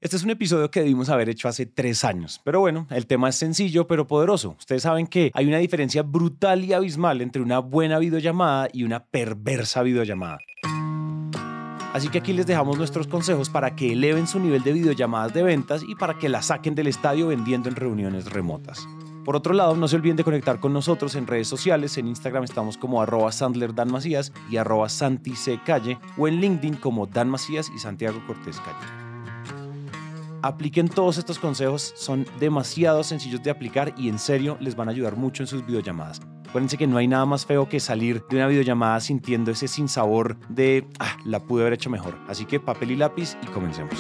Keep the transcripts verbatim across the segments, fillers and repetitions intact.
Este es un episodio que debimos haber hecho hace tres años. Pero bueno, el tema es sencillo pero poderoso. Ustedes saben que hay una diferencia brutal y abismal entre una buena videollamada y una perversa videollamada. Así que aquí les dejamos nuestros consejos para que eleven su nivel de videollamadas de ventas y para que la saquen del estadio vendiendo en reuniones remotas. Por otro lado, no se olviden de conectar con nosotros en redes sociales. En Instagram estamos como arroba Sandler Dan Macías y arroba Santi C. Calle, o en LinkedIn como Dan Macías y Santiago Cortés Calle. Apliquen todos estos consejos, son demasiado sencillos de aplicar y en serio les van a ayudar mucho en sus videollamadas. Acuérdense que no hay nada más feo que salir de una videollamada sintiendo ese sinsabor de ah, la pude haber hecho mejor. Así que papel y lápiz y comencemos.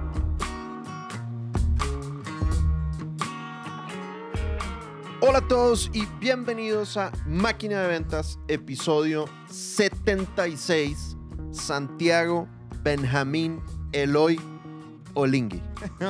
Hola a todos y bienvenidos a Máquina de Ventas, episodio setenta y seis. Santiago Benjamín Eloy Olingui.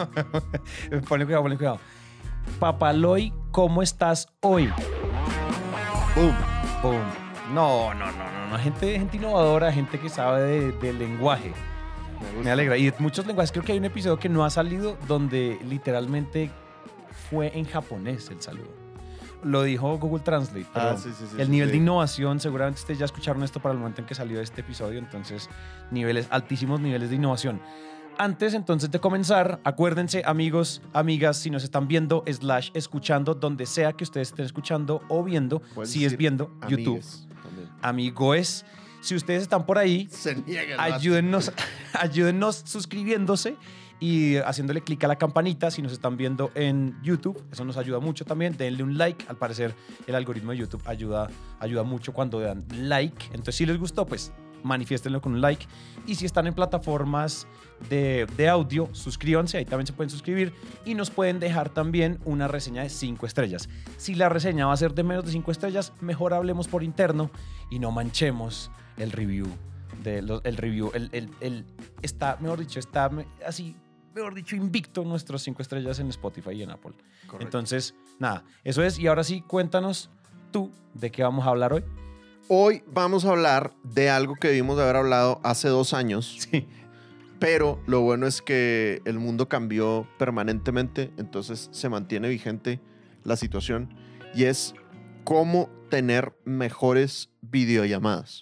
Ponle cuidado, ponle cuidado. Papaloy, ¿cómo estás hoy? Boom. Boom. No, no, no, no, no. Gente, gente innovadora, gente que sabe de, de lenguaje. Me, Me alegra. Y muchos lenguajes. Creo que hay un episodio que no ha salido donde literalmente fue en japonés el saludo. Lo dijo Google Translate. Pero Ah, sí, sí, sí, el sí, nivel sí. de innovación, seguramente ustedes ya escucharon esto para el momento en que salió este episodio. Entonces, niveles, altísimos niveles de innovación. Antes entonces de comenzar, acuérdense, amigos, amigas, si nos están viendo, slash, escuchando, donde sea que ustedes estén escuchando o viendo, Puedes si es decir viendo YouTube, amigues también. amigos, si ustedes están por ahí, Se niegan. ayúdennos, ayúdennos suscribiéndose y haciéndole clic a la campanita si nos están viendo en YouTube. Eso nos ayuda mucho también. Denle un like. Al parecer, el algoritmo de YouTube ayuda, ayuda mucho cuando dan like. Entonces, si les gustó, pues manifiéstenlo con un like. Y si están en plataformas de, de audio, suscríbanse, ahí también se pueden suscribir y nos pueden dejar también una reseña de cinco estrellas. Si la reseña va a ser de menos de cinco estrellas, mejor hablemos por interno y no manchemos el review. De los, el review, el, el, el, está, mejor dicho, está así, mejor dicho, invicto nuestros cinco estrellas en Spotify y en Apple. Correcto. Entonces, nada, eso es. Y ahora sí, cuéntanos tú de qué vamos a hablar hoy. Hoy vamos a hablar de algo que debimos de haber hablado hace dos años. Sí. Pero lo bueno es que el mundo cambió permanentemente, entonces se mantiene vigente la situación y es cómo tener mejores videollamadas.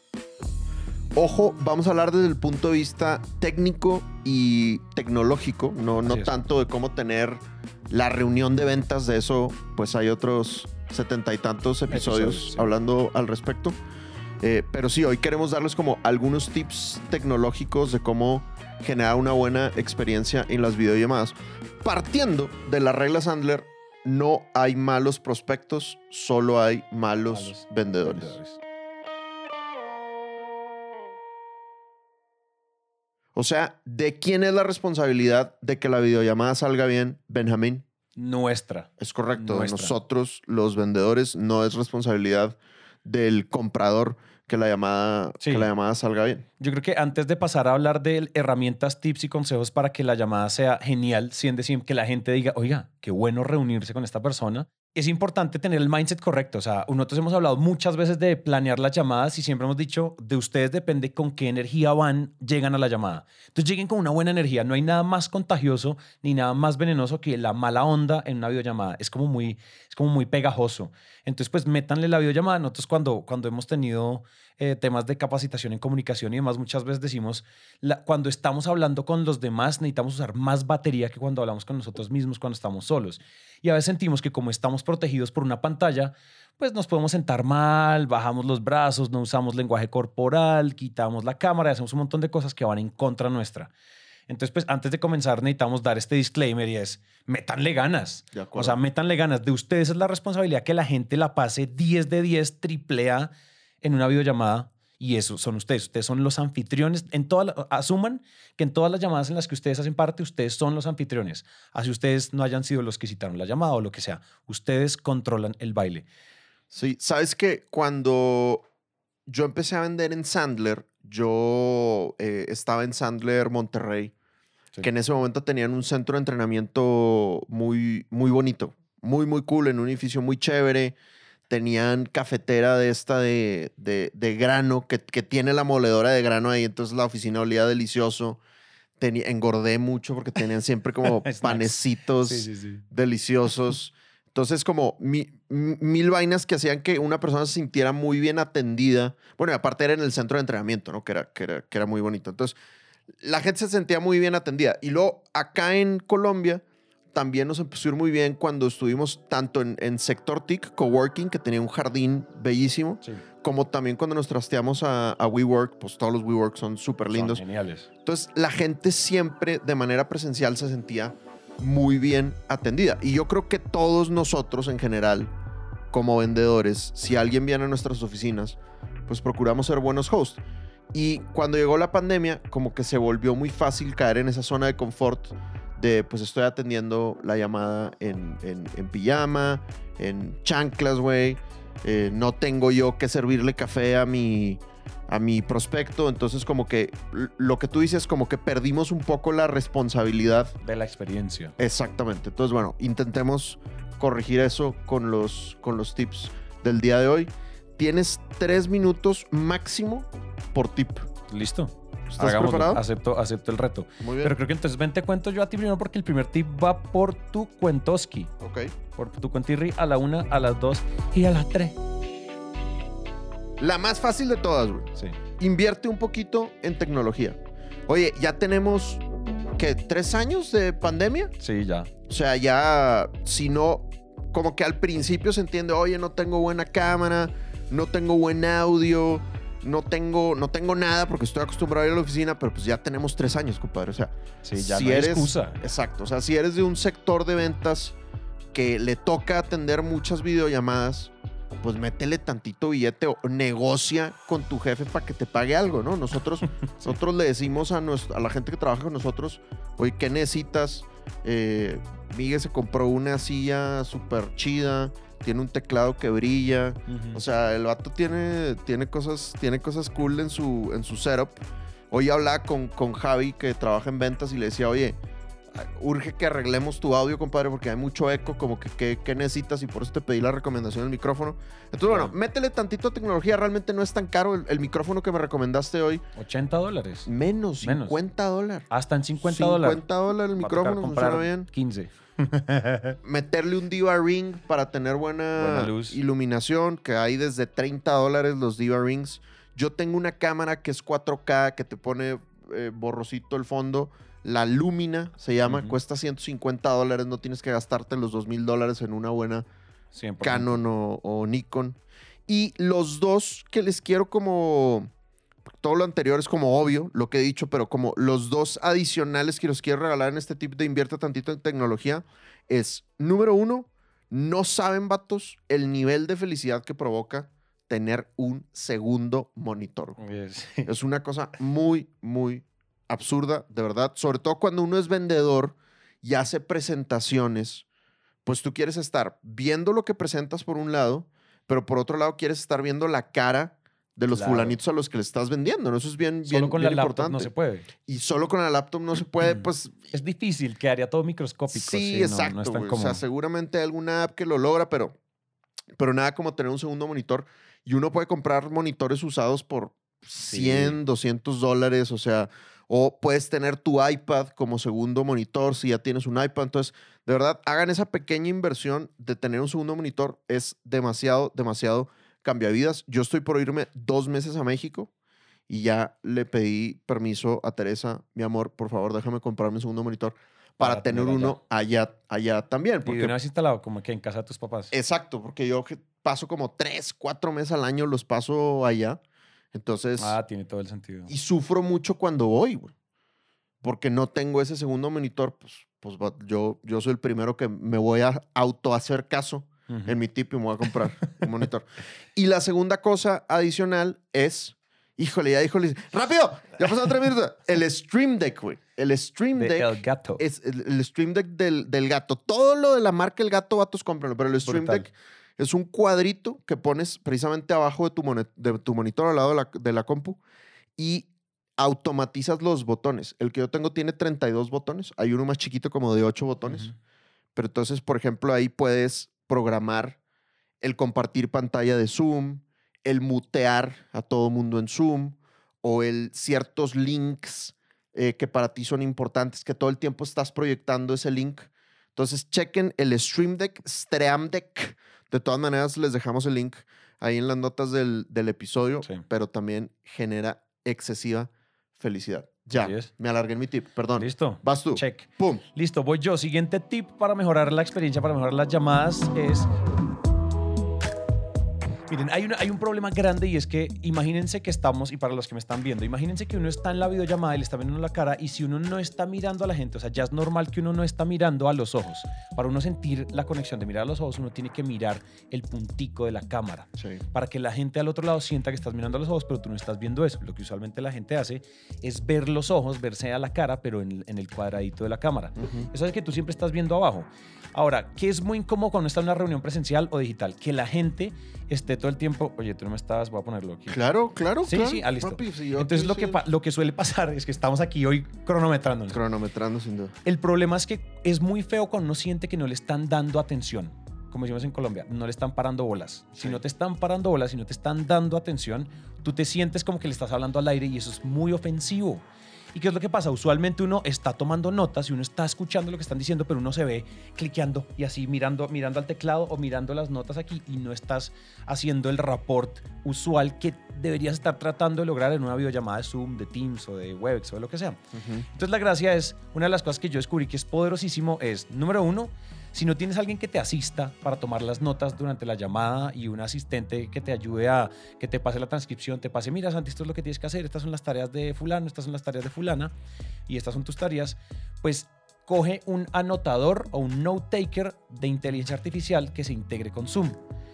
Ojo, vamos a hablar desde el punto de vista técnico y tecnológico, no, no Así es. tanto de cómo tener la reunión de ventas, de eso pues hay otros setenta y tantos episodios, Episodios, sí. hablando al respecto. Eh, pero sí, hoy queremos darles como algunos tips tecnológicos de cómo generar una buena experiencia en las videollamadas. Partiendo de la regla Sandler, no hay malos prospectos, solo hay malos, Malos vendedores. vendedores. O sea, ¿de quién es la responsabilidad de que la videollamada salga bien, Benjamín? Nuestra. Es correcto, de Nuestra. nosotros, los vendedores, no es responsabilidad del comprador que la llamada, Sí. que la llamada salga bien. Yo creo que antes de pasar a hablar de herramientas, tips y consejos para que la llamada sea genial, sin decir que la gente diga, oiga, qué bueno reunirse con esta persona, es importante tener el mindset correcto. O sea, nosotros hemos hablado muchas veces de planear las llamadas y siempre hemos dicho, de ustedes depende con qué energía van, llegan a la llamada. Entonces lleguen con una buena energía. No hay nada más contagioso ni nada más venenoso que la mala onda en una videollamada. Es como muy, es como muy pegajoso. Entonces, pues métanle la videollamada. Nosotros cuando, cuando hemos tenido eh, temas de capacitación en comunicación y demás, muchas veces decimos, la, cuando estamos hablando con los demás necesitamos usar más batería que cuando hablamos con nosotros mismos cuando estamos solos. Y a veces sentimos que como estamos protegidos por una pantalla, pues nos podemos sentar mal, bajamos los brazos, no usamos lenguaje corporal, quitamos la cámara y hacemos un montón de cosas que van en contra nuestra. Entonces, pues antes de comenzar necesitamos dar este disclaimer y es, métanle ganas. De acuerdo. O sea, métanle ganas. De ustedes es la responsabilidad que la gente la pase diez de diez, triple A en una videollamada. Y eso son ustedes. Ustedes son los anfitriones. En toda la- asuman que en todas las llamadas en las que ustedes hacen parte, ustedes son los anfitriones. Así ustedes no hayan sido los que citaron la llamada o lo que sea. Ustedes controlan el baile. Sí, sabes que cuando yo empecé a vender en Sandler, yo eh, estaba en Sandler Monterrey, Sí. que en ese momento tenían un centro de entrenamiento muy, muy bonito, muy, muy cool, en un edificio muy chévere. Tenían cafetera de esta de, de, de grano, que, que tiene la moledora de grano ahí, entonces la oficina olía delicioso. teni- engordé mucho porque tenían siempre como Snacks. panecitos Sí, sí, sí. deliciosos. Entonces, como mi- mi- mil vainas que hacían que una persona se sintiera muy bien atendida. Bueno, y aparte era en el centro de entrenamiento, ¿no? Que era, que era, que era muy bonito. Entonces, la gente se sentía muy bien atendida. Y luego, acá en Colombia, también nos empezó a ir muy bien cuando estuvimos tanto en, en Sector T I C, Coworking, que tenía un jardín bellísimo, Sí. como también cuando nos trasteamos a, a WeWork, pues todos los WeWork son súper Son lindos. geniales. Entonces, la gente siempre de manera presencial se sentía muy bien atendida. Y yo creo que todos nosotros en general, como vendedores, si alguien viene a nuestras oficinas, pues procuramos ser buenos hosts. Y cuando llegó la pandemia, como que se volvió muy fácil caer en esa zona de confort de, pues estoy atendiendo la llamada en, en, en pijama, en chanclas, güey. Eh, no tengo yo que servirle café a mi, a mi prospecto. Entonces, como que l- lo que tú dices, como que perdimos un poco la responsabilidad. De la experiencia. Exactamente. Entonces, bueno, intentemos corregir eso con los, con los tips del día de hoy. Tienes tres minutos máximo por tip. Listo. ¿Estás Hagámoslo. preparado? Acepto, acepto el reto. Muy bien. Pero creo que entonces ven, te cuento yo a ti primero porque el primer tip va por tu cuentoski. Ok. Por tu cuentirri a la una, a las dos y a las tres. La más fácil de todas, güey. Sí. Invierte un poquito en tecnología. Oye, ya tenemos, ¿qué? ¿Tres años de pandemia? Sí, ya. O sea, ya, si no, como que al principio se entiende, oye, no tengo buena cámara, no tengo buen audio, no tengo, no tengo nada porque estoy acostumbrado a ir a la oficina, pero pues ya tenemos tres años, compadre. O sea, Sí, ya si no hay eres, excusa. exacto. O sea, si eres de un sector de ventas que le toca atender muchas videollamadas, pues métele tantito billete o negocia con tu jefe para que te pague algo, ¿no? Nosotros, nosotros le decimos a, nuestra, a la gente que trabaja con nosotros, oye, ¿qué necesitas? Eh, Miguel se compró una silla súper chida, tiene un teclado que brilla. Ujú. O sea, el vato tiene, tiene, cosas, tiene cosas cool en su, en su setup. Hoy hablaba con, con Javi, que trabaja en ventas, y le decía, oye, urge que arreglemos tu audio, compadre, porque hay mucho eco, como que ¿qué, qué necesitas? Y por eso te pedí la recomendación del micrófono. Entonces, bueno, Claro. métele tantito a tecnología, realmente no es tan caro. El, el micrófono que me recomendaste hoy, ochenta dólares. menos, Menos. cincuenta dólares. Hasta en cincuenta dólares. cincuenta dólares el Va a tocar micrófono, comprar funciona bien. quince. Meterle un Diva Ring para tener buena, Buena luz. iluminación, que hay desde treinta dólares los Diva Rings. Yo tengo una cámara que es cuatro K, que te pone eh, borrosito el fondo. La Lumina se llama, Ujú. cuesta ciento cincuenta dólares. No tienes que gastarte los dos mil dólares en una buena cien por ciento. Canon o, o Nikon. Y los dos que les quiero como... Todo lo anterior es como obvio, lo que he dicho, pero como los dos adicionales que los quiero regalar en este tip de invierte tantito en tecnología es, número uno, no saben, vatos, el nivel de felicidad que provoca tener un segundo monitor. Yes. Es una cosa muy, muy absurda, de verdad. Sobre todo cuando uno es vendedor y hace presentaciones, pues tú quieres estar viendo lo que presentas por un lado, pero por otro lado quieres estar viendo la cara de los Claro. fulanitos a los que le estás vendiendo, ¿no? Eso es bien, bien, Solo con bien la laptop importante. no se puede. Y solo con la laptop no se puede, pues... Es difícil, quedaría todo microscópico. Sí, no- exacto. No, es tan güey. O cómodo. sea, seguramente hay alguna app que lo logra, pero, pero nada como tener un segundo monitor. Y uno puede comprar monitores usados por cien, doscientos dólares, o sea, o puedes tener tu iPad como segundo monitor si ya tienes un iPad. Entonces, de verdad, hagan esa pequeña inversión de tener un segundo monitor. Es demasiado, demasiado cambiavidas. Yo estoy por irme dos meses a México y ya le pedí permiso a Teresa, mi amor, por favor, déjame comprarme un segundo monitor para, Para tener tener allá. uno allá, allá también. Y Porque, de una vez instalado, como que en casa de tus papás. exacto, porque yo que paso como tres, cuatro meses al año, los paso allá. Entonces, Ah, tiene todo el sentido. y sufro mucho cuando voy, güey. Porque no tengo ese segundo monitor, pues, pues va- yo, yo soy el primero que me voy a auto hacer caso Ujú. en mi tip y me voy a comprar un monitor. Y la segunda cosa adicional es, híjole, ya híjole, rápido, ya pasaron tres minutos. El Stream Deck, güey. El Stream De Deck El Gato. es el, el Stream Deck del, del gato. Todo lo de la marca El Gato, vatos, cómprenlo. Pero el Stream Brutal. Deck es un cuadrito que pones precisamente abajo de tu, monet- de tu monitor, al lado de la, de la compu, y automatizas los botones. El que yo tengo tiene treinta y dos botones. Hay uno más chiquito como de ocho botones. Ujú. Pero entonces, por ejemplo, ahí puedes programar el compartir pantalla de Zoom, el mutear a todo mundo en Zoom, o el ciertos links eh, que para ti son importantes, que todo el tiempo estás proyectando ese link. Entonces, chequen el Stream Deck, Stream Deck. De todas maneras, les dejamos el link ahí en las notas del, del episodio, Sí. pero también genera excesiva felicidad. Ya, Así es. me alargué en mi tip, perdón. Listo. Vas tú. Check. Pum. Listo, voy yo. Siguiente tip para mejorar la experiencia, para mejorar las llamadas es... Miren, hay, una, hay un problema grande y es que imagínense que estamos, y para los que me están viendo, imagínense que uno está en la videollamada y le está viendo la cara y si uno no está mirando a la gente, o sea, ya es normal que uno no está mirando a los ojos. Para uno sentir la conexión de mirar a los ojos, uno tiene que mirar el puntico de la cámara. Sí. Para que la gente al otro lado sienta que estás mirando a los ojos, pero tú no estás viendo eso. Lo que usualmente la gente hace es ver los ojos, verse a la cara, pero en, en el cuadradito de la cámara. Uh-huh. Eso es que tú siempre estás viendo abajo. Ahora, ¿qué es muy incómodo cuando está en una reunión presencial o digital? Que la gente esté todo el tiempo, oye, tú no me estás, voy a ponerlo aquí. Claro, claro, Sí, claro. sí, ah, listo. Papi, sí, yo Entonces aquí lo que, sí. pa- lo que suele pasar es que estamos aquí hoy cronometrándonos. Cronometrando, sin duda. El problema es que es muy feo cuando uno siente que no le están dando atención. Como decimos en Colombia, no le están parando bolas. Si Sí. no te están parando bolas, si no te están dando atención, tú te sientes como que le estás hablando al aire y eso es muy ofensivo. ¿Y qué es lo que pasa? Usualmente uno está tomando notas y uno está escuchando lo que están diciendo, pero uno se ve cliqueando y así mirando, mirando al teclado o mirando las notas aquí y no estás haciendo el rapport usual que deberías estar tratando de lograr en una videollamada de Zoom, de Teams o de Webex o de lo que sea. Uh-huh. Entonces la gracia es, una de las cosas que yo descubrí que es poderosísimo es, número uno, si no tienes alguien que te asista para tomar las notas durante la llamada y un asistente que te ayude a que te pase la transcripción, te pase, mira Santi, esto es lo que tienes que hacer, estas son las tareas de fulano, estas son las tareas de fulana y estas son tus tareas, pues coge un anotador o un note taker de inteligencia artificial que se integre con Zoom.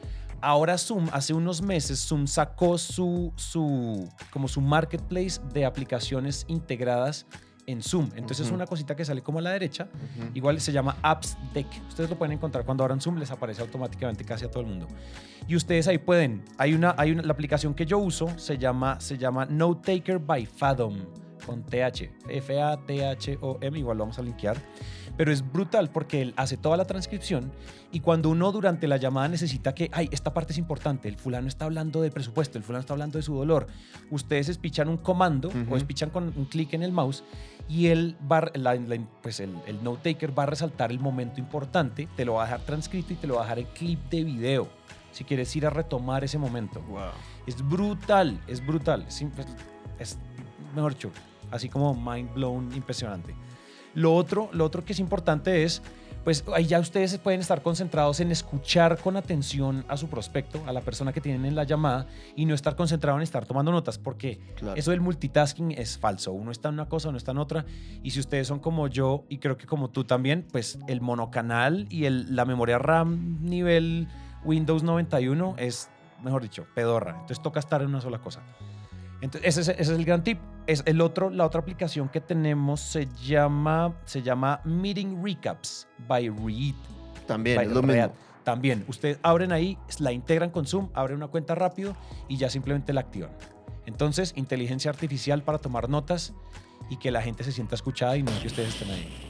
Ahora Zoom, hace unos meses, Zoom sacó su, su, como su marketplace de aplicaciones integradas en Zoom. Entonces Uh-huh. es una cosita que sale como a la derecha. Uh-huh. Igual se llama Apps Deck. Ustedes lo pueden encontrar cuando abran Zoom, les aparece automáticamente casi a todo el mundo. Y ustedes ahí pueden, hay una, hay una, la aplicación que yo uso se llama, se llama Note Taker by Fathom, con T H, F A T H O M, igual lo vamos a linkear. Pero es brutal porque él hace toda la transcripción y cuando uno durante la llamada necesita que, ay, esta parte es importante, el fulano está hablando del presupuesto, el fulano está hablando de su dolor, ustedes espichan un comando Uh-huh. o espichan con un clic en el mouse y él va, la, la, pues el, el note taker va a resaltar el momento importante, te lo va a dejar transcrito y te lo va a dejar en clip de video si quieres ir a retomar ese momento. Wow. Es brutal, es brutal, es, es, es mejor dicho, así como mind blown, impresionante. Lo otro, lo otro que es importante es, pues ahí ya ustedes pueden estar concentrados en escuchar con atención a su prospecto, a la persona que tienen en la llamada y no estar concentrado en estar tomando notas, porque Claro. eso del multitasking es falso. Uno está en una cosa, uno está en otra y si ustedes son como yo y creo que como tú también, pues el monocanal y el, la memoria RAM nivel Windows noventa y uno es, mejor dicho, pedorra. Entonces toca estar en una sola cosa. Entonces, ese es, ese es el gran tip. Es el otro, la otra aplicación que tenemos se llama, se llama Meeting Recaps by Read. También, by es lo Read. mismo. También, ustedes abren ahí, la integran con Zoom, abren una cuenta rápido y ya simplemente la activan. Entonces, inteligencia artificial para tomar notas y que la gente se sienta escuchada y no que ustedes estén ahí.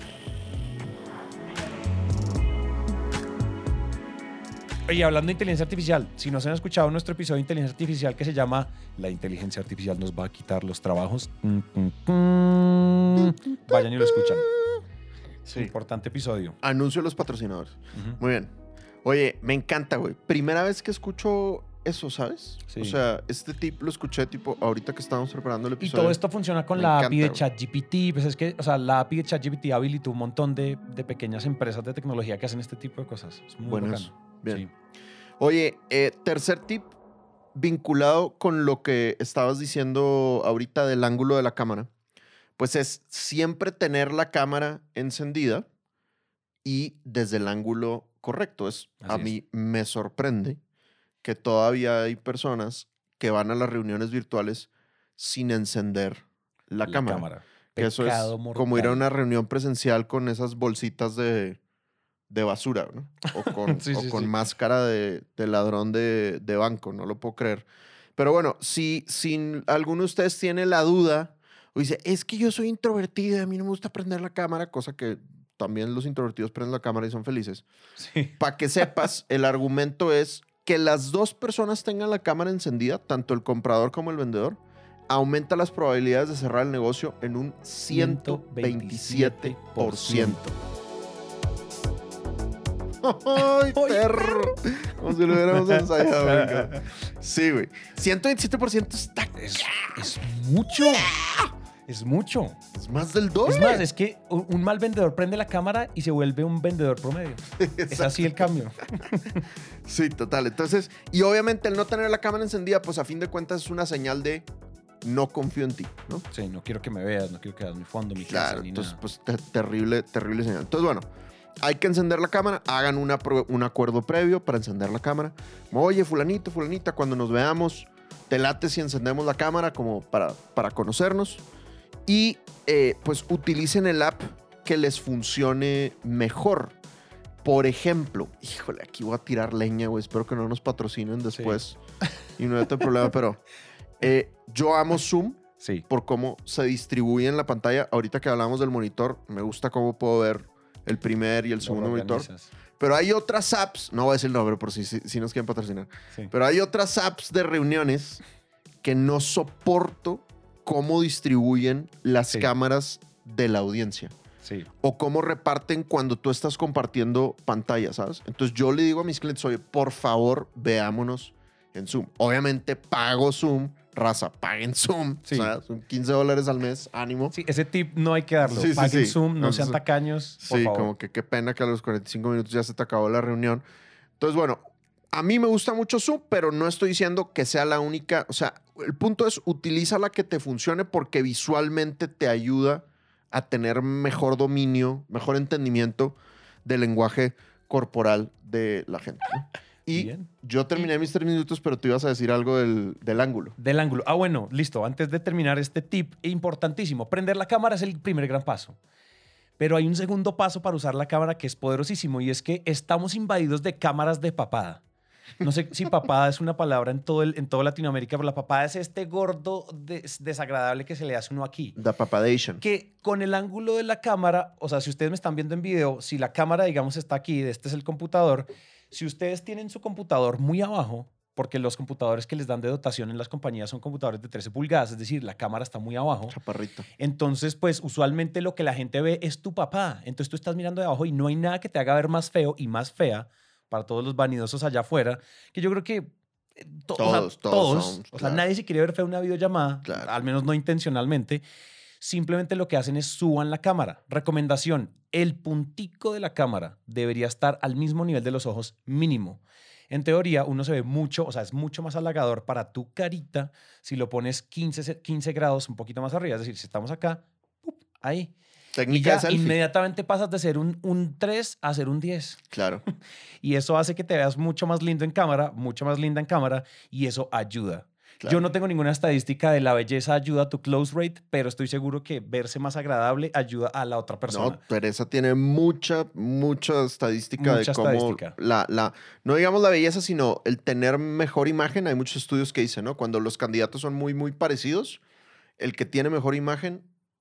Y hablando de inteligencia artificial, si no se han escuchado nuestro episodio de inteligencia artificial que se llama La inteligencia artificial nos va a quitar los trabajos, mm, mm, mm, vayan y lo escuchan. Sí. Importante episodio. Anuncio a los patrocinadores. Ujú. Muy bien. Oye, me encanta, güey. Primera vez que escucho eso, ¿sabes? Sí. O sea, este tip lo escuché tipo ahorita que estábamos preparando el Y episodio. todo esto funciona con Me la encanta, A P I de güey. ChatGPT. Pues es que, o sea, la A P I de ChatGPT habilitó un montón de, de pequeñas empresas de tecnología que hacen este tipo de cosas. Es muy Bueno, bacano. eso. Bien. Sí. Oye, eh, tercer tip vinculado con lo que estabas diciendo ahorita del ángulo de la cámara, pues es siempre tener la cámara encendida y desde el ángulo correcto. Es, a Así es. mí me sorprende que todavía hay personas que van a las reuniones virtuales sin encender la, cámara. Que eso es Pecado mortal. como ir a una reunión presencial con esas bolsitas de, de basura, ¿no? O con, Sí, o sí, con sí. máscara de, de ladrón de, de banco, no lo puedo creer. Pero bueno, si, si alguno de ustedes tiene la duda o dice, es que yo soy introvertido y a mí no me gusta prender la cámara, cosa que también los introvertidos prenden la cámara y son felices. Sí. Para que sepas, el argumento es que las dos personas tengan la cámara encendida, tanto el comprador como el vendedor, aumenta las probabilidades de cerrar el negocio en un ciento veintisiete por ciento. ¡Ay, perro! Como si lo hubiéramos ensayado. Venga. Sí, güey. ciento veintisiete por ciento está... Es, es mucho. Es mucho. Es más del doble. Es más, es que un, un mal vendedor prende la cámara y se vuelve un vendedor promedio. Es así el cambio. Sí, total. Entonces, y obviamente el no tener la cámara encendida, pues a fin de cuentas es una señal de no confío en ti, ¿no? Sí, no quiero que me veas, no quiero que veas mi fondo, mi Claro, casa, ni entonces, nada. pues te- terrible, terrible señal. Entonces, bueno, hay que encender la cámara, hagan una, pro- un acuerdo previo para encender la cámara. Como, oye, fulanito, fulanita, cuando nos veamos, te late si encendemos la cámara como para, para conocernos. Y eh, pues utilicen el app que les funcione mejor. Por ejemplo, híjole, aquí voy a tirar leña, güey. Espero que no nos patrocinen después y no haya tanto problema, pero eh, yo amo Zoom Sí. por cómo se distribuye en la pantalla. Ahorita que hablamos del monitor, me gusta cómo puedo ver el primer y el Lo segundo monitor. organizas. Pero hay otras apps, no voy a decir el nombre por si, si, si nos quieren patrocinar, Sí. pero hay otras apps de reuniones que no soporto cómo distribuyen las Sí. cámaras de la audiencia Sí. o cómo reparten cuando tú estás compartiendo pantalla, ¿sabes? Entonces yo le digo a mis clientes, oye, por favor, veámonos en Zoom. Obviamente pago Zoom, raza, paguen Zoom. Sí. O sea, son quince dólares al mes, ánimo. Sí, ese tip no hay que darlo. Sí, sí, Paguen sí. Zoom, no Entonces, sean tacaños, por Sí, favor. como que qué pena que a los cuarenta y cinco minutos ya se te acabó la reunión. Entonces, bueno, a mí me gusta mucho Zoom, pero no estoy diciendo que sea la única. O sea, el punto es utiliza la que te funcione porque visualmente te ayuda a tener mejor dominio, mejor entendimiento del lenguaje corporal de la gente, ¿no? Y Bien. yo terminé mis tres minutos, pero tú ibas a decir algo del, del ángulo. Del ángulo. Ah, bueno, listo. Antes de terminar este tip importantísimo, prender la cámara es el primer gran paso. Pero hay un segundo paso para usar la cámara que es poderosísimo y es que estamos invadidos de cámaras de papada. No sé si papada es una palabra en todo, el, en toda Latinoamérica, pero la papada es este gordo des- desagradable que se le hace uno aquí. The papadation. Que con el ángulo de la cámara, o sea, si ustedes me están viendo en video, si la cámara, digamos, está aquí, este es el computador, si ustedes tienen su computador muy abajo, porque los computadores que les dan de dotación en las compañías son computadores de trece pulgadas, es decir, la cámara está muy abajo. Chaparrita. Entonces, pues usualmente lo que la gente ve es tu papá. Entonces tú estás mirando de abajo y no hay nada que te haga ver más feo y más fea para todos los vanidosos allá afuera, que yo creo que eh, to- o sea, Todos, todos todos, somos, o sea, claro. nadie se quiere ver feo en una videollamada, Claro. al menos no intencionalmente. Simplemente lo que hacen es suban la cámara. Recomendación, el puntico de la cámara debería estar al mismo nivel de los ojos mínimo. En teoría, uno se ve mucho, o sea, es mucho más halagador para tu carita si lo pones quince, quince grados un poquito más arriba. Es decir, si estamos acá, ¡pup! Ahí. Y Técnica ya de selfie. inmediatamente pasas de ser un, un tres a ser un diez. Claro. Y eso hace que te veas mucho más lindo en cámara, mucho más linda en cámara, y eso ayuda. Claro. Yo no tengo ninguna estadística de la belleza ayuda a tu close rate, pero estoy seguro que verse más agradable ayuda a la otra persona. No, Teresa tiene mucha, mucha estadística Mucha de cómo estadística. la, la, no digamos la belleza, sino el tener mejor imagen. Hay muchos estudios que dicen, ¿no? Cuando los candidatos son muy, muy parecidos, el que tiene mejor imagen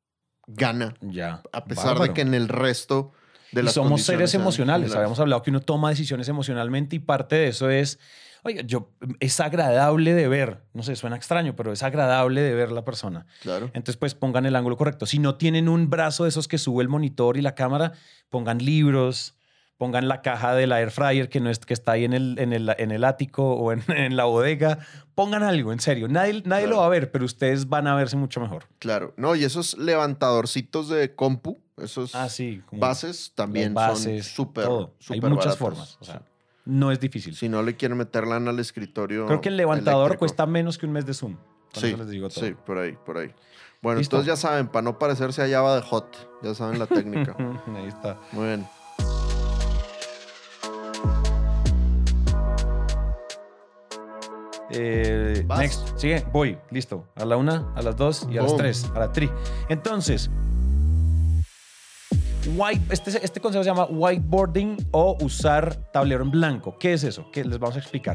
gana, Ya. a pesar bárbaro. de que en el resto de Y las somos condiciones seres sean emocionales. similares. Habíamos hablado que uno toma decisiones emocionalmente y parte de eso es, oiga, yo, es agradable de ver. No sé, suena extraño, pero es agradable de ver la persona. Claro. Entonces, pues pongan el ángulo correcto. Si no tienen un brazo de esos que sube el monitor y la cámara, pongan libros, pongan la caja de la air fryer que, no es, que está ahí en el, en el, en el ático o en, en la bodega. Pongan algo, en serio. Nadie, nadie Claro. lo va a ver, pero ustedes van a verse mucho mejor. Claro. No, y esos levantadorcitos de compu, esos Ah, sí. como bases también las bases, son súper, todo. Hay súper muchas baratos. formas. O sea, no es difícil. Si no le quieren meter lana al escritorio Creo que el levantador eléctrico. cuesta menos que un mes de Zoom. Con Sí, eso les digo todo. sí, por ahí, por ahí. Bueno, ¿Listo? entonces ya saben, para no parecerse a Java de Hot, ya saben la técnica. Ahí está. Muy bien. Eh, ¿Vas? next. Sigue, voy. Listo. A la una, a las dos y a las Boom. tres. A la tri. Entonces, white, este, este consejo se llama whiteboarding o usar tablero en blanco. ¿Qué es eso? ¿Qué les vamos a explicar?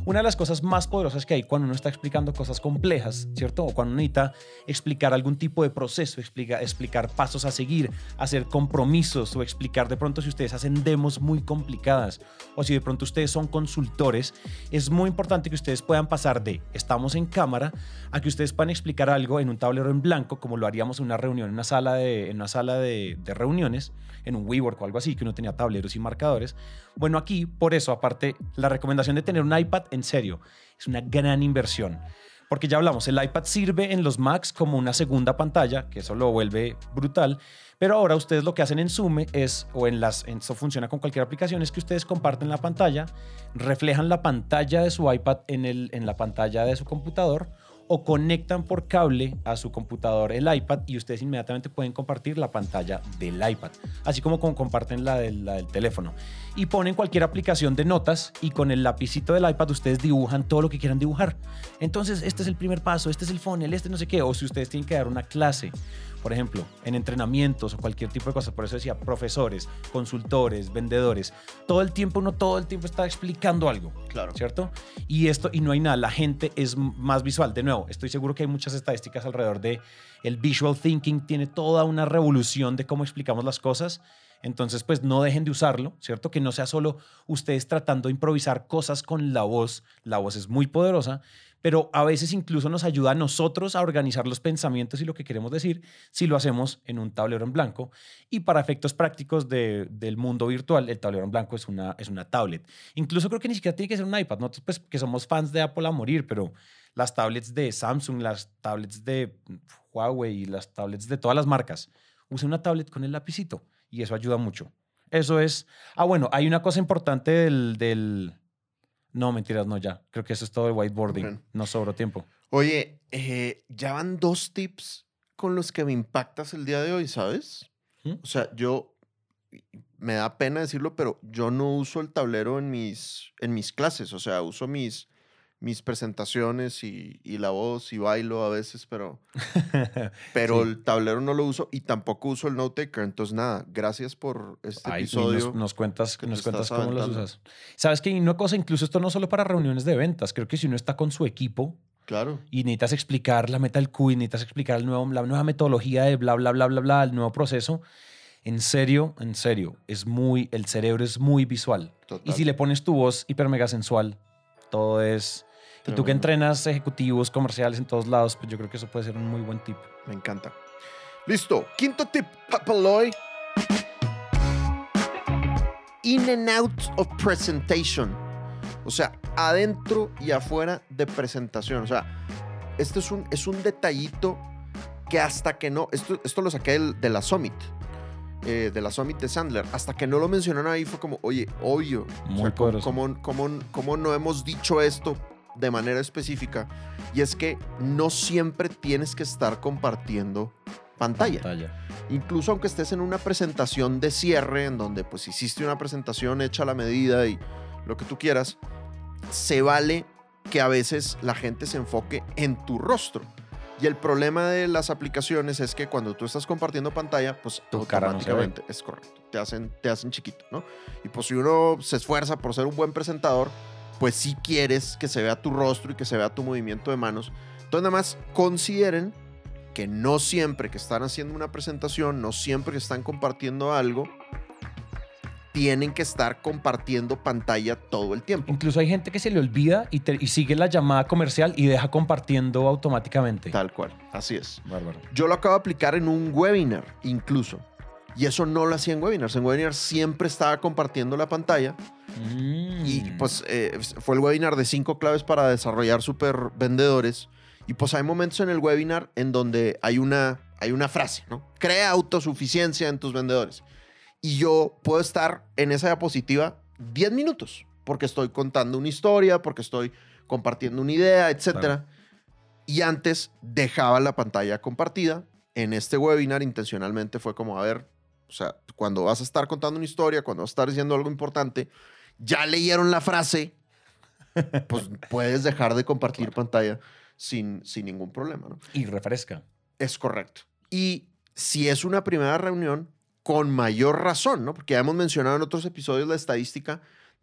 Una de las cosas más poderosas que hay cuando uno está explicando cosas complejas, ¿cierto? O cuando uno necesita explicar algún tipo de proceso, explica, explicar pasos a seguir, hacer compromisos o explicar de pronto si ustedes hacen demos muy complicadas o si de pronto ustedes son consultores, es muy importante que ustedes puedan pasar de estamos en cámara a que ustedes puedan explicar algo en un tablero en blanco, como lo haríamos en una reunión, en una sala de, en una sala de, de reuniones, en un WeWork o algo así, que uno tenía tableros y marcadores. Bueno, aquí, por eso, aparte, la recomendación de tener un iPad, en serio, es una gran inversión. Porque ya hablamos, el iPad sirve en los Macs como una segunda pantalla, que eso lo vuelve brutal, pero ahora ustedes lo que hacen en Zoom es, o en las, en, esto funciona con cualquier aplicación, es que ustedes comparten la pantalla, reflejan la pantalla de su iPad en, el, en la pantalla de su computador, o conectan por cable a su computador el iPad y ustedes inmediatamente pueden compartir la pantalla del iPad, así como, como comparten la del, la del teléfono. Y ponen cualquier aplicación de notas y con el lapicito del iPad ustedes dibujan todo lo que quieran dibujar. Entonces, este es el primer paso, este es el funnel, este no sé qué. O si ustedes tienen que dar una clase, por ejemplo, en entrenamientos o cualquier tipo de cosas. Por eso decía, profesores, consultores, vendedores. Todo el tiempo, uno todo el tiempo está explicando algo. Claro. ¿Cierto? Y esto, y no hay nada. La gente es más visual. De nuevo, estoy seguro que hay muchas estadísticas alrededor de el visual thinking. Tiene toda una revolución de cómo explicamos las cosas. Entonces, pues no dejen de usarlo, ¿cierto? Que no sea solo ustedes tratando de improvisar cosas con la voz. La voz es muy poderosa, pero a veces incluso nos ayuda a nosotros a organizar los pensamientos y lo que queremos decir si lo hacemos en un tablero en blanco. Y para efectos prácticos de, del mundo virtual, el tablero en blanco es una, es una tablet. Incluso creo que ni siquiera tiene que ser un iPad. Nosotros, pues, que somos fans de Apple a morir, pero las tablets de Samsung, las tablets de Huawei y las tablets de todas las marcas, usen una tablet con el lapicito. Y eso ayuda mucho. Eso es... Ah, bueno, hay una cosa importante del... del... No, mentiras, no, ya. Creo que eso es todo el whiteboarding. Bueno. No sobró tiempo. Oye, eh, ya van dos tips con los que me impactas el día de hoy, ¿sabes? ¿Mm? O sea, yo... Me da pena decirlo, pero yo no uso el tablero en mis, en mis clases. O sea, uso mis... mis presentaciones y, y la voz y bailo a veces, pero, pero sí. El tablero no lo uso y tampoco uso el note taker. Entonces, nada, gracias por este Ay, episodio. Nos, nos cuentas, nos cuentas cómo los usas. Sabes que hay una cosa, incluso esto no solo para reuniones de ventas. Creo que si uno está con su equipo claro. y necesitas explicar la meta del Q I, necesitas explicar el nuevo, la nueva metodología de bla, bla, bla, bla, bla, el nuevo proceso. En serio, en serio, es muy, el cerebro es muy visual. Total. Y si le pones tu voz hiper mega sensual, todo es... Y tú que entrenas ejecutivos, comerciales en todos lados, pues yo creo que eso puede ser un muy buen tip. Me encanta. Listo. Quinto tip, Papaloy. In and out of presentation. O sea, adentro y afuera de presentación. O sea, este es un, es un detallito que hasta que no... Esto, esto lo saqué de, de la Summit. Eh, de la Summit de Sandler. Hasta que no lo mencionaron ahí fue como, oye, obvio. Muy o sea, poderoso. ¿cómo, cómo, cómo no hemos dicho esto de manera específica? Y es que no siempre tienes que estar compartiendo pantalla. pantalla. Incluso aunque estés en una presentación de cierre, en donde pues hiciste una presentación hecha a la medida y lo que tú quieras, se vale que a veces la gente se enfoque en tu rostro. Y el problema de las aplicaciones es que cuando tú estás compartiendo pantalla, pues tu automáticamente cara no es correcto. Te hacen, te hacen chiquito, ¿no? Y pues si uno se esfuerza por ser un buen presentador, pues sí quieres que se vea tu rostro y que se vea tu movimiento de manos. Entonces, nada más consideren que no siempre que están haciendo una presentación, no siempre que están compartiendo algo, tienen que estar compartiendo pantalla todo el tiempo. Incluso hay gente que se le olvida y, te, y sigue la llamada comercial y deja compartiendo automáticamente. Tal cual, así es. Bárbaro. Yo lo acabo de aplicar en un webinar, incluso. Y eso no lo hacía en webinars. En webinars siempre estaba compartiendo la pantalla. Mm. Y pues eh, fue el webinar de cinco claves para desarrollar super vendedores. Y pues hay momentos en el webinar en donde hay una, hay una frase, ¿no? Crea autosuficiencia en tus vendedores. Y yo puedo estar en esa diapositiva diez minutos porque estoy contando una historia, porque estoy compartiendo una idea, etcétera. Claro. Y antes dejaba la pantalla compartida. En este webinar intencionalmente fue como, a ver, o sea, cuando vas a estar contando una historia, cuando vas a estar diciendo algo importante, ya leyeron la frase, pues puedes dejar de compartir claro. pantalla sin, sin ningún problema, ¿no? Y refresca. Es correcto. Y si es una primera reunión, con mayor razón, ¿no? Porque ya hemos mencionado en otros episodios la estadística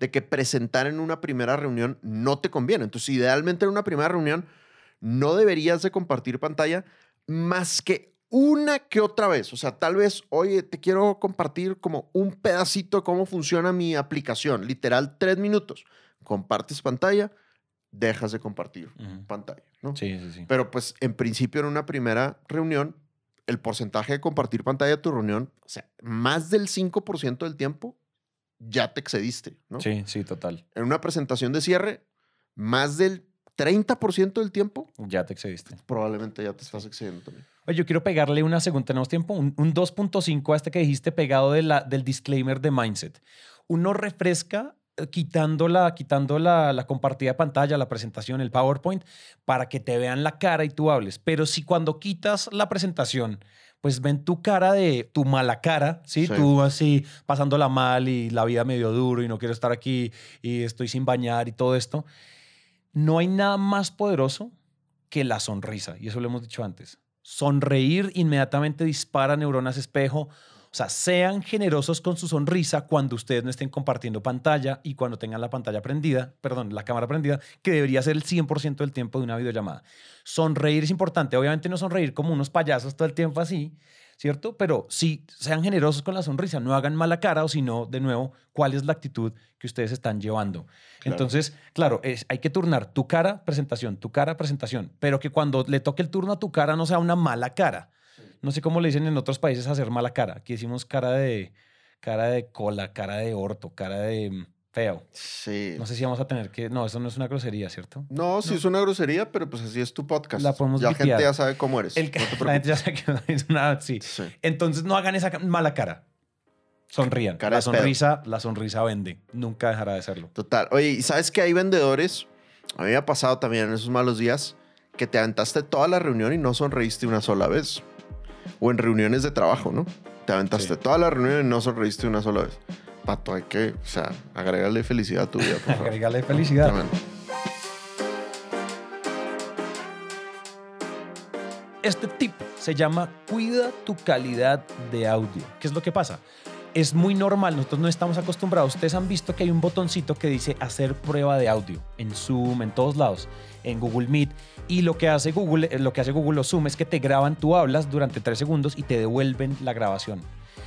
de que presentar en una primera reunión no te conviene. Entonces, idealmente en una primera reunión no deberías de compartir pantalla más que una que otra vez. O sea, tal vez, oye, te quiero compartir como un pedacito de cómo funciona mi aplicación. Literal, tres minutos. Compartes pantalla, dejas de compartir uh-huh. pantalla, ¿no? Sí, sí, sí. Pero pues en principio en una primera reunión, el porcentaje de compartir pantalla de tu reunión, o sea, más del cinco por ciento del tiempo ya te excediste, ¿no? Sí, sí, total. En una presentación de cierre, más del treinta por ciento del tiempo ya te excediste. Probablemente ya te estás excediendo también. Oye, yo quiero pegarle una segunda, tenemos tiempo, un, un dos punto cinco a este que dijiste pegado de la, del disclaimer de Mindset. Uno refresca quitando, la, quitando la, la compartida de pantalla, la presentación, el PowerPoint, para que te vean la cara y tú hables. Pero si cuando quitas la presentación, pues ven tu cara de tu mala cara, ¿sí? Sí. Tú así pasándola mal y la vida medio duro y no quiero estar aquí y estoy sin bañar y todo esto. No hay nada más poderoso que la sonrisa. Y eso lo hemos dicho antes. Sonreír inmediatamente dispara neuronas espejo. O sea, sean generosos con su sonrisa cuando ustedes no estén compartiendo pantalla y cuando tengan la pantalla prendida, perdón, la cámara prendida, que debería ser el cien por ciento del tiempo de una videollamada. Sonreír es importante. Obviamente no sonreír como unos payasos todo el tiempo así, ¿cierto? Pero sí, sean generosos con la sonrisa. No hagan mala cara o si no, de nuevo, ¿cuál es la actitud que ustedes están llevando? Claro. Entonces, claro, es, hay que turnar tu cara, presentación, tu cara, presentación, pero que cuando le toque el turno a tu cara no sea una mala cara. No sé cómo le dicen en otros países hacer mala cara. Aquí decimos cara de, cara de cola, cara de orto, cara de feo. Sí. No sé si vamos a tener que... No, eso no es una grosería, ¿cierto? No, sí no. Es una grosería, pero pues así es tu podcast. La podemos Ya la vipiar. gente ya sabe cómo eres. El, no la gente ya sabe que es una... Sí. sí. Entonces no hagan esa mala cara. Sonrían. Cara la sonrisa, pedo. La sonrisa vende. Nunca dejará de serlo. Total. Oye, ¿y sabes que hay vendedores? A mí me ha pasado también en esos malos días que te aventaste toda la reunión y no sonreíste una sola vez. O en reuniones de trabajo, ¿no? Te aventaste sí. toda la reunión y no sonreíste una sola vez. Pato, hay que, o sea, agregarle felicidad a tu vida, por favor. Agregarle felicidad. Tremendo. Este tip se llama cuida tu calidad de audio. ¿Qué es lo que pasa? Es muy normal, nosotros no estamos acostumbrados. Ustedes han visto que hay un botoncito que dice hacer prueba de audio en Zoom, en todos lados, en Google Meet. Y lo que hace Google, lo que hace Google o Zoom es que te graban, tú hablas durante tres segundos y te devuelven la grabación.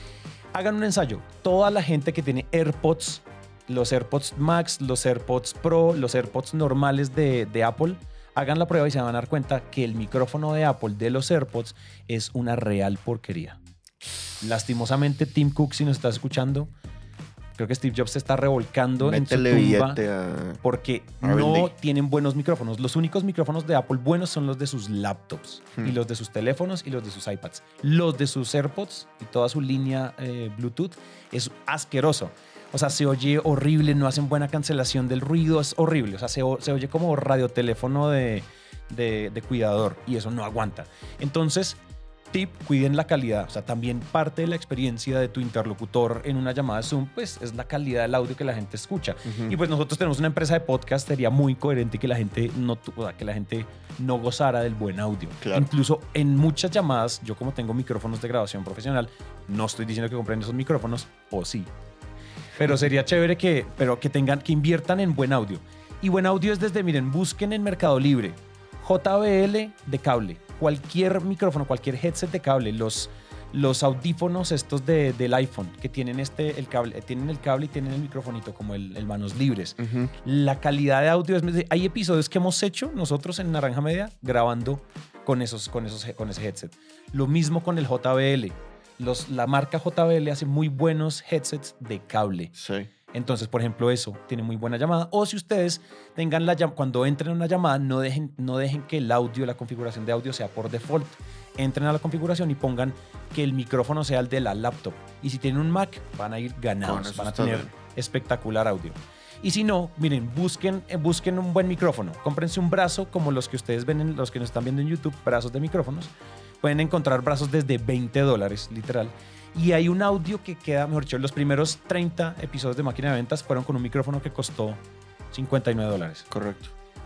Hagan un ensayo. Toda la gente que tiene AirPods, los AirPods Max, los AirPods Pro, los AirPods normales de, de Apple, hagan la prueba y se van a dar cuenta que el micrófono de Apple de los AirPods es una real porquería. Lastimosamente, Tim Cook, si nos estás escuchando, creo que Steve Jobs se está revolcando Métele en su tumba a... porque no tienen buenos micrófonos. Los únicos micrófonos de Apple buenos son los de sus laptops hmm. y los de sus teléfonos y los de sus iPads. Los de sus AirPods y toda su línea eh, Bluetooth es asqueroso. O sea, se oye horrible, no hacen buena cancelación del ruido, es horrible. O sea, se, se oye como radioteléfono de, de, de cuidador y eso no aguanta. Entonces, tip, cuiden la calidad. O sea, también parte de la experiencia de tu interlocutor en una llamada de Zoom, pues es la calidad del audio que la gente escucha. Uh-huh. Y pues nosotros tenemos una empresa de podcast, sería muy coherente que la gente no, o sea, que la gente no gozara del buen audio. Claro. Incluso en muchas llamadas, yo como tengo micrófonos de grabación profesional, no estoy diciendo que compren esos micrófonos, o sí. Pero sería chévere que, pero que tengan, que inviertan en buen audio. Y buen audio es desde, miren, busquen en Mercado Libre, J B L de cable, cualquier micrófono, cualquier headset de cable, los, los audífonos estos de, del iPhone que tienen, este, el cable, tienen el cable y tienen el microfonito como el, el manos libres. Uh-huh. La calidad de audio es... Hay episodios que hemos hecho nosotros en Naranja Media grabando con, esos, con, esos, con ese headset. Lo mismo con el J B L. Los, la marca J B L hace muy buenos headsets de cable. Sí. Entonces, por ejemplo, eso tiene muy buena llamada. O si ustedes tengan la cuando entren a una llamada, no dejen, no dejen que el audio, la configuración de audio sea por default. Entren a la configuración y pongan que el micrófono sea el de la laptop. Y si tienen un Mac, van a ir ganados, van a tener bien. Espectacular audio. Y si no, miren, busquen, busquen un buen micrófono. Cómprense un brazo como los que ustedes ven, en, los que nos están viendo en YouTube, brazos de micrófonos. Pueden encontrar brazos desde veinte dólares, literal. Y hay un audio que queda, mejor dicho, los primeros treinta episodios de Máquina de Ventas fueron con un micrófono que costó cincuenta y nueve dólares. Correcto.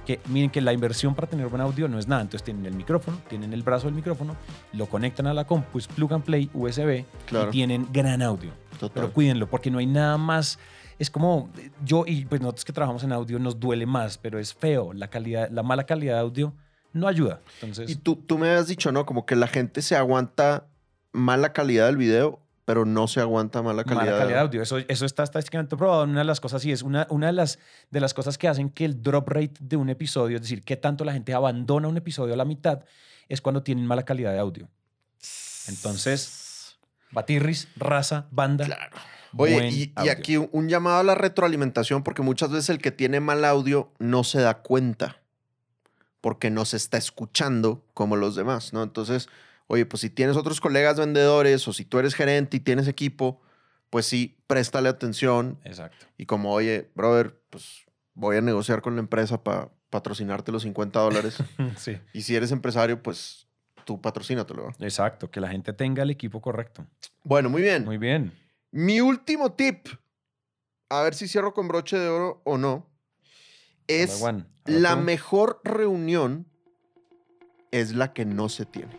que miren que la inversión para tener buen audio no es nada. Entonces tienen el micrófono, tienen el brazo del micrófono, lo conectan a la compu, es plug and play, U S B, Claro. y tienen gran audio. Total. Pero cuídenlo, porque no hay nada más. Es como yo y pues nosotros que trabajamos en audio nos duele más, pero es feo. La calidad, la mala calidad de audio no ayuda. Entonces, Y tú, tú me habías dicho, ¿no? Como que la gente se aguanta mala calidad del video, pero no se aguanta mala calidad, mala calidad de audio. Eso, eso está estadísticamente probado. Una de las cosas, y es una, una de, las, de las cosas que hacen que el drop rate de un episodio, es decir, qué tanto la gente abandona un episodio a la mitad, es cuando tienen mala calidad de audio. Entonces, batirris, raza, banda. Claro. Oye, buen y, y audio. aquí un llamado a la retroalimentación, porque muchas veces el que tiene mal audio no se da cuenta, porque no se está escuchando como los demás, ¿no? Entonces, oye, pues si tienes otros colegas vendedores o si tú eres gerente y tienes equipo, pues sí, préstale atención. Exacto. Y como, oye, brother, pues voy a negociar con la empresa para patrocinarte los cincuenta dólares. Sí. Y si eres empresario, pues tú patrocínatelo, ¿no? Exacto, que la gente tenga el equipo correcto. Bueno, muy bien. Muy bien. Mi último tip, a ver si cierro con broche de oro o no, es Number one. Ahora la tú. mejor reunión es la que no se tiene.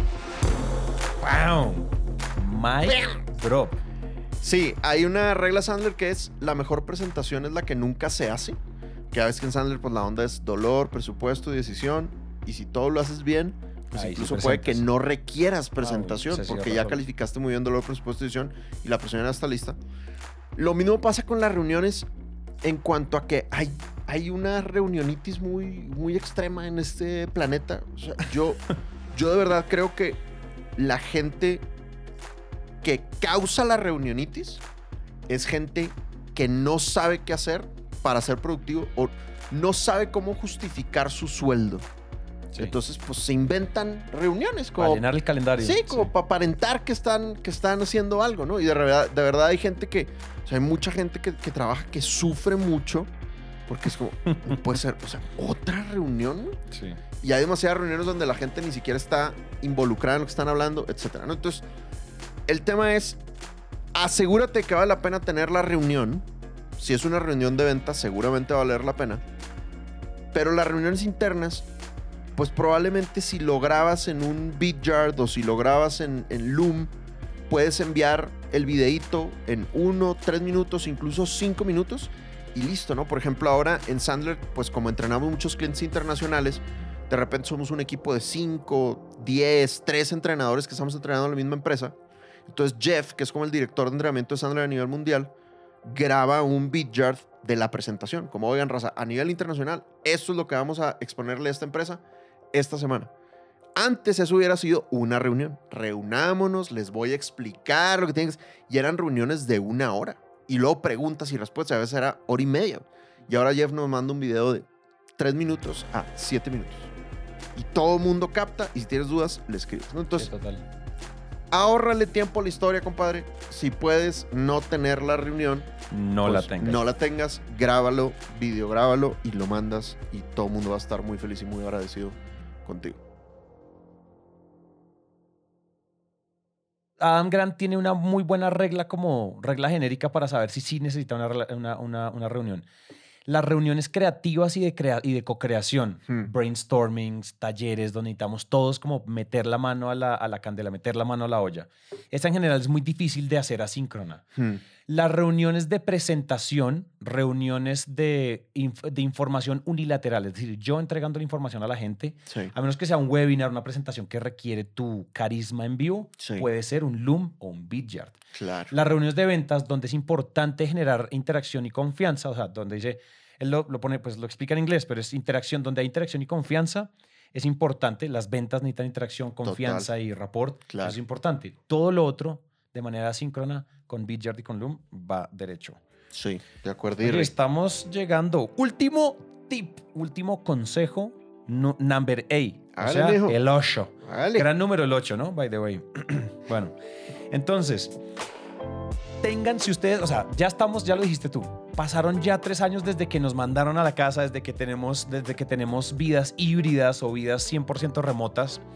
¡Wow! Mic drop. Sí, hay una regla Sandler que es la mejor presentación es la que nunca se hace. Que a veces que en Sandler pues la onda es dolor, presupuesto y decisión. Y si todo lo haces bien, pues Ahí sí incluso puede que presentas. no requieras presentación ese sí porque da ya razón. calificaste muy bien dolor, presupuesto y decisión y la persona ya está lista. Lo mismo pasa con las reuniones en cuanto a que hay, hay una reunionitis muy, muy extrema en este planeta. O sea, yo, yo de verdad creo que la gente que causa la reunionitis es gente que no sabe qué hacer para ser productivo o no sabe cómo justificar su sueldo. Sí. Entonces, pues se inventan reuniones Para como llenar el calendario. sí, como para aparentar que están, que están haciendo algo, ¿no? Y de verdad, de verdad hay gente que, o sea, hay mucha gente que, que trabaja que sufre mucho porque es como, no puede ser, o sea, otra reunión. Sí. Y hay demasiadas reuniones donde la gente ni siquiera está involucrada en lo que están hablando, etcétera, ¿no? Entonces, el tema es, asegúrate que vale la pena tener la reunión. Si es una reunión de ventas, seguramente va a valer la pena. Pero las reuniones internas, pues probablemente si lo grabas en un Vidyard o si lo grabas en, en Loom, puedes enviar el videíto en uno, tres minutos, incluso cinco minutos y listo, ¿no? Por ejemplo, ahora en Sandler, pues como entrenamos muchos clientes internacionales, de repente somos un equipo de cinco, diez, tres entrenadores que estamos entrenando en la misma empresa. Entonces Jeff, que es como el director de entrenamiento de Sandler a nivel mundial, graba un Vidyard de la presentación. Como, oigan, raza, a nivel internacional, esto es lo que vamos a exponerle a esta empresa esta semana. Antes eso hubiera sido una reunión. Reunámonos, les voy a explicar lo que tienen que hacer. Y eran reuniones de una hora. Y luego preguntas y respuestas. A veces era hora y media. Y ahora Jeff nos manda un video de tres minutos a siete minutos. Y todo el mundo capta. Y si tienes dudas, le escribes, ¿no? Entonces, Sí, total. ahórrale tiempo a la historia, compadre. Si puedes no tener la reunión, No pues, la tengas. no la tengas, grábalo, videográbalo y lo mandas. Y todo el mundo va a estar muy feliz y muy agradecido contigo. Adam Grant tiene una muy buena regla como regla genérica para saber si sí necesita una, rela- una, una, una reunión. Las reuniones creativas y de, crea y de co-creación, Hmm. brainstormings, talleres, donde necesitamos todos como meter la mano a la, a la candela, meter la mano a la olla. Esta en general es muy difícil de hacer asíncrona. Hmm. Las reuniones de presentación, reuniones de, inf- de información unilateral, es decir, yo entregando la información a la gente, Sí. a menos que sea un webinar, una presentación que requiere tu carisma en vivo, Sí. puede ser un Loom o un Vidyard. Claro. Las reuniones de ventas, donde es importante generar interacción y confianza, o sea, donde dice, él lo, lo pone, pues lo explica en inglés, pero es interacción, donde hay interacción y confianza, es importante. Las ventas necesitan interacción, confianza Total. y rapport. Claro. Eso es importante. Todo lo otro, de manera asíncrona, con Vidyard y con Loom, va derecho. Sí, de acuerdo. Oye, estamos llegando. Último tip, último consejo, no, number eight. O Hágale, sea, mijo. el ocho. Vale. Gran número el ocho, ¿no? By the way. Bueno, entonces, tengan, si ustedes, o sea, ya estamos, ya lo dijiste tú, pasaron ya tres años desde que nos mandaron a la casa, desde que tenemos, desde que tenemos vidas híbridas o vidas cien por ciento remotas.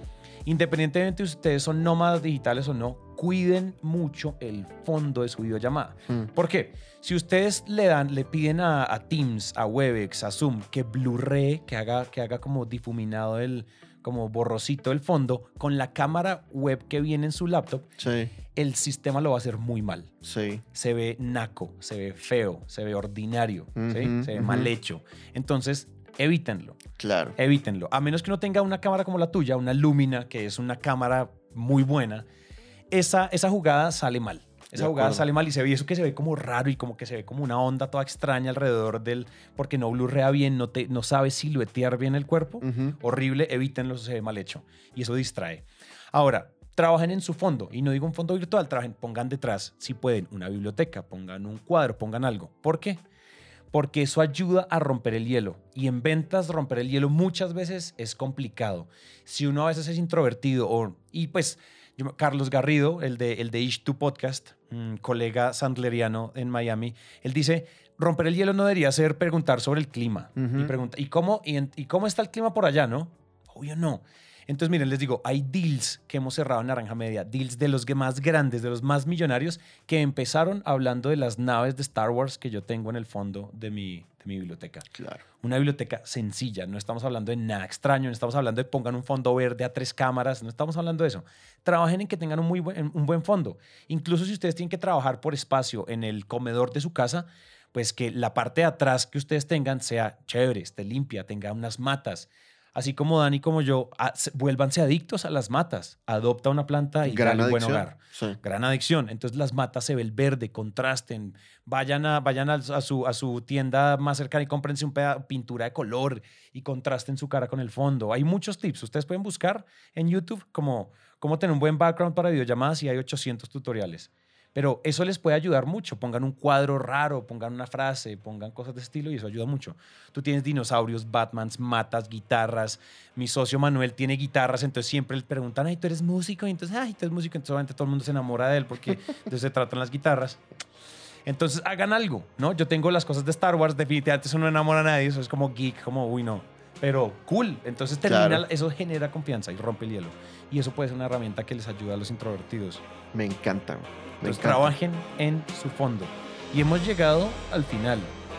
independientemente de si ustedes son nómadas digitales o no, cuiden mucho el fondo de su videollamada. Mm. ¿Por qué? Si ustedes le dan, le piden a, a Teams, a Webex, a Zoom que blurree, que haga, que haga como difuminado el, como borrosito el fondo, con la cámara web que viene en su laptop, Sí, el sistema lo va a hacer muy mal. sí. Se ve naco, se ve feo, se ve ordinario, ¿sí? Ujú, Se ve ujú. mal hecho. Entonces, evítenlo. Claro. Evítenlo. A menos que uno tenga una cámara como la tuya, una Lumina, que es una cámara muy buena, esa, esa jugada sale mal. Esa De jugada acuerdo. sale mal y se ve y eso que se ve como raro y como que se ve como una onda toda extraña alrededor del... Porque no blurrea bien, no, te, no sabe siluetear bien el cuerpo. Ujú. Horrible, evítenlo, eso se ve mal hecho. Y eso distrae. Ahora, trabajen en su fondo. Y no digo un fondo virtual, trabajen, pongan detrás, si pueden, una biblioteca, pongan un cuadro, pongan algo. ¿Por qué? Porque eso ayuda a romper el hielo. Y en ventas romper el hielo muchas veces es complicado. Si uno a veces es introvertido o... Y pues, yo- Carlos Garrido, el de, el de Ish two Podcast, un colega sandleriano en Miami, él dice, romper el hielo no debería ser preguntar sobre el clima. Ujú. Y pregunta, ¿y cómo, y, en- ¿y cómo está el clima por allá, no? Obvio no. Entonces, miren, les digo, hay deals que hemos cerrado en Naranja Media, deals de los que más grandes, de los más millonarios, que empezaron hablando de las naves de Star Wars que yo tengo en el fondo de mi, de mi biblioteca. Claro. Una biblioteca sencilla, no estamos hablando de nada extraño, no estamos hablando de pongan un fondo verde a tres cámaras, no estamos hablando de eso. Trabajen en que tengan un, muy buen, un buen fondo. Incluso si ustedes tienen que trabajar por espacio en el comedor de su casa, pues que la parte de atrás que ustedes tengan sea chévere, esté limpia, tenga unas matas. Así como Dani como yo, a- se- vuélvanse adictos a las matas. Adopta una planta y Gran dale un buen adicción. hogar. Sí. Gran adicción. Entonces las matas se ve el verde, contrasten. Vayan a, vayan a, a su, a su tienda más cercana y cómprense un peda- pintura de color y contrasten su cara con el fondo. Hay muchos tips. Ustedes pueden buscar en YouTube como cómo tener un buen background para videollamadas y hay ochocientos tutoriales. Pero eso les puede ayudar mucho. Pongan un cuadro raro, pongan una frase, pongan cosas de estilo y eso ayuda mucho. Tú tienes dinosaurios, Batmans, matas, guitarras. Mi socio Manuel tiene guitarras, entonces siempre le preguntan, ay, ¿tú eres músico? Y entonces, ay, tú eres músico. Entonces, obviamente, todo el mundo se enamora de él porque entonces se tratan las guitarras. Entonces, hagan algo, ¿no? Yo tengo las cosas de Star Wars, definitivamente eso no enamora a nadie, eso es como geek, como, uy, no. Pero cool, entonces termina, Claro. eso genera confianza y rompe el hielo. Y eso puede ser una herramienta que les ayuda a los introvertidos. Me encanta. güey. Me Entonces, encanta. trabajen en su fondo. Y hemos llegado al final.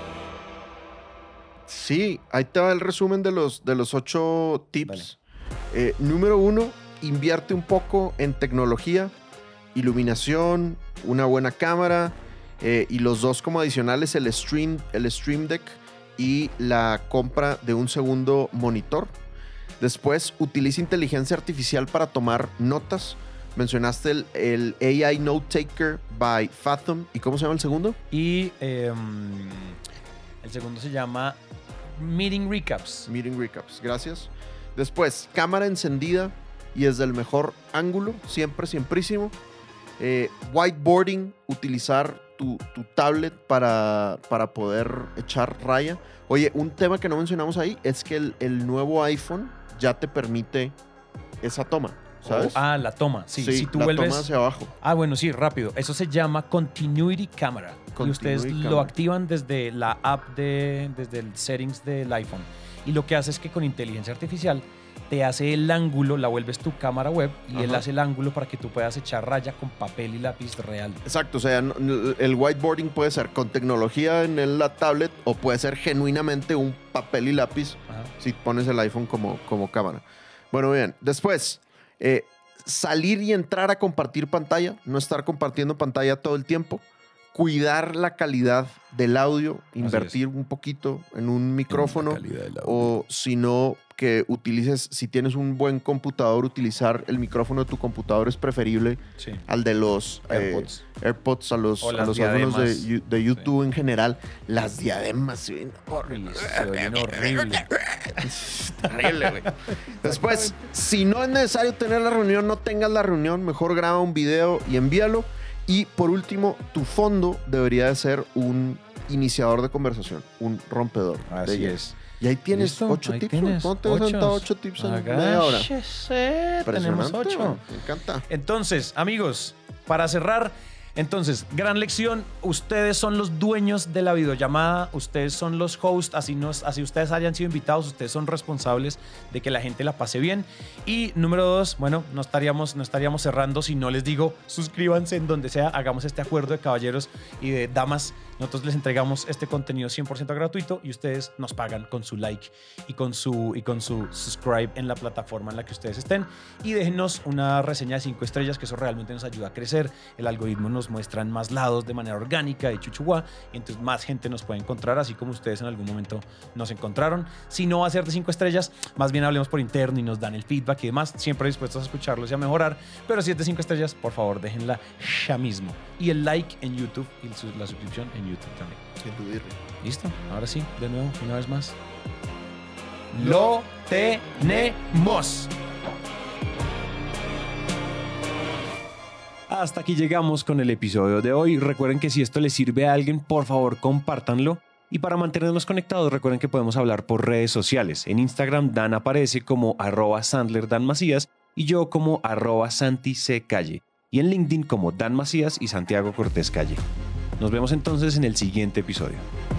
Sí, ahí te va el resumen de los, de los ocho tips. Eh, número uno, invierte un poco en tecnología, iluminación, una buena cámara eh, y los dos como adicionales, el Stream, el Stream Deck y la compra de un segundo monitor. Después, utiliza inteligencia artificial para tomar notas. Mencionaste el, el A I Note Taker by Fathom. ¿Y cómo se llama el segundo? Y eh, el segundo se llama Meeting Recaps. Meeting Recaps, gracias. Después, cámara encendida y desde el mejor ángulo, siempre, siemprísimo. Eh, whiteboarding, utilizar tu, tu tablet para, para poder echar raya. Oye, un tema que no mencionamos ahí es que el, el nuevo iPhone ya te permite esa toma, ¿sabes? Oh, ah, la toma. Sí, si tú la vuelves. toma hacia abajo. Ah, bueno, sí, rápido. Eso se llama Continuity Camera. y ustedes Continuity lo Camera. activan desde la app, de, desde el settings del iPhone. Y lo que hace es que con inteligencia artificial te hace el ángulo, la vuelves tu cámara web y él Ajá. hace el ángulo para que tú puedas echar raya con papel y lápiz real. Exacto, o sea, no- el whiteboarding puede ser con tecnología en el- la tablet o puede ser genuinamente un papel y lápiz Ajá. si pones el iPhone como, como cámara. Bueno, bien. Después, eh, salir y entrar a compartir pantalla, no estar compartiendo pantalla todo el tiempo, cuidar la calidad del audio, invertir un poquito en un micrófono o si no, que utilices, si tienes un buen computador, utilizar el micrófono de tu computador es preferible Sí. al de los eh, AirPods. AirPods, a los, O a las los audífonos de, diademas. Yu- de YouTube en general. Las diademas, sí, horrible. Uy, se oyen horrible. Terrible, güey. Después, si no es necesario tener la reunión, no tengas la reunión, mejor graba un video y envíalo. Y por último, tu fondo debería de ser un iniciador de conversación, un rompedor. de Así hielo. es. Y ahí tienes ¿Listo? ocho Ahí tips. tienes. ¿Cómo te has Ochos. sentado ocho tips en media hora? Agáchese, tenemos Impresionante, ocho. güey. Me encanta. Entonces, amigos, para cerrar, Entonces, gran lección. Ustedes son los dueños de la videollamada. Ustedes son los hosts. Así, nos, así ustedes hayan sido invitados. Ustedes son responsables de que la gente la pase bien. Y número dos, bueno, no estaríamos, no estaríamos cerrando si no les digo suscríbanse en donde sea. Hagamos este acuerdo de caballeros y de damas. Nosotros les entregamos este contenido cien por ciento gratuito y ustedes nos pagan con su like y con su, y con su subscribe en la plataforma en la que ustedes estén. Y déjenos una reseña de cinco estrellas, que eso realmente nos ayuda a crecer. El algoritmo nos muestra en más lados de manera orgánica, de chuchuá, y entonces más gente nos puede encontrar, así como ustedes en algún momento nos encontraron. Si no va a ser de cinco estrellas, más bien hablemos por interno y nos dan el feedback y demás. Siempre dispuestos a escucharlos y a mejorar. Pero si es de cinco estrellas, por favor, déjenla ya mismo. Y el like en YouTube y la suscripción en YouTube también. Sin dudarlo. Listo, ahora sí, de nuevo, una vez más. Lo tenemos. Hasta aquí llegamos con el episodio de hoy. Recuerden que si esto les sirve a alguien, por favor, compártanlo. Y para mantenernos conectados, recuerden que podemos hablar por redes sociales. En Instagram, Dan aparece como arroba Sandler Dan Macías y yo como arroba Santi C. Calle. Y en LinkedIn como Dan Macías y Santiago Cortés Calle. Nos vemos entonces en el siguiente episodio.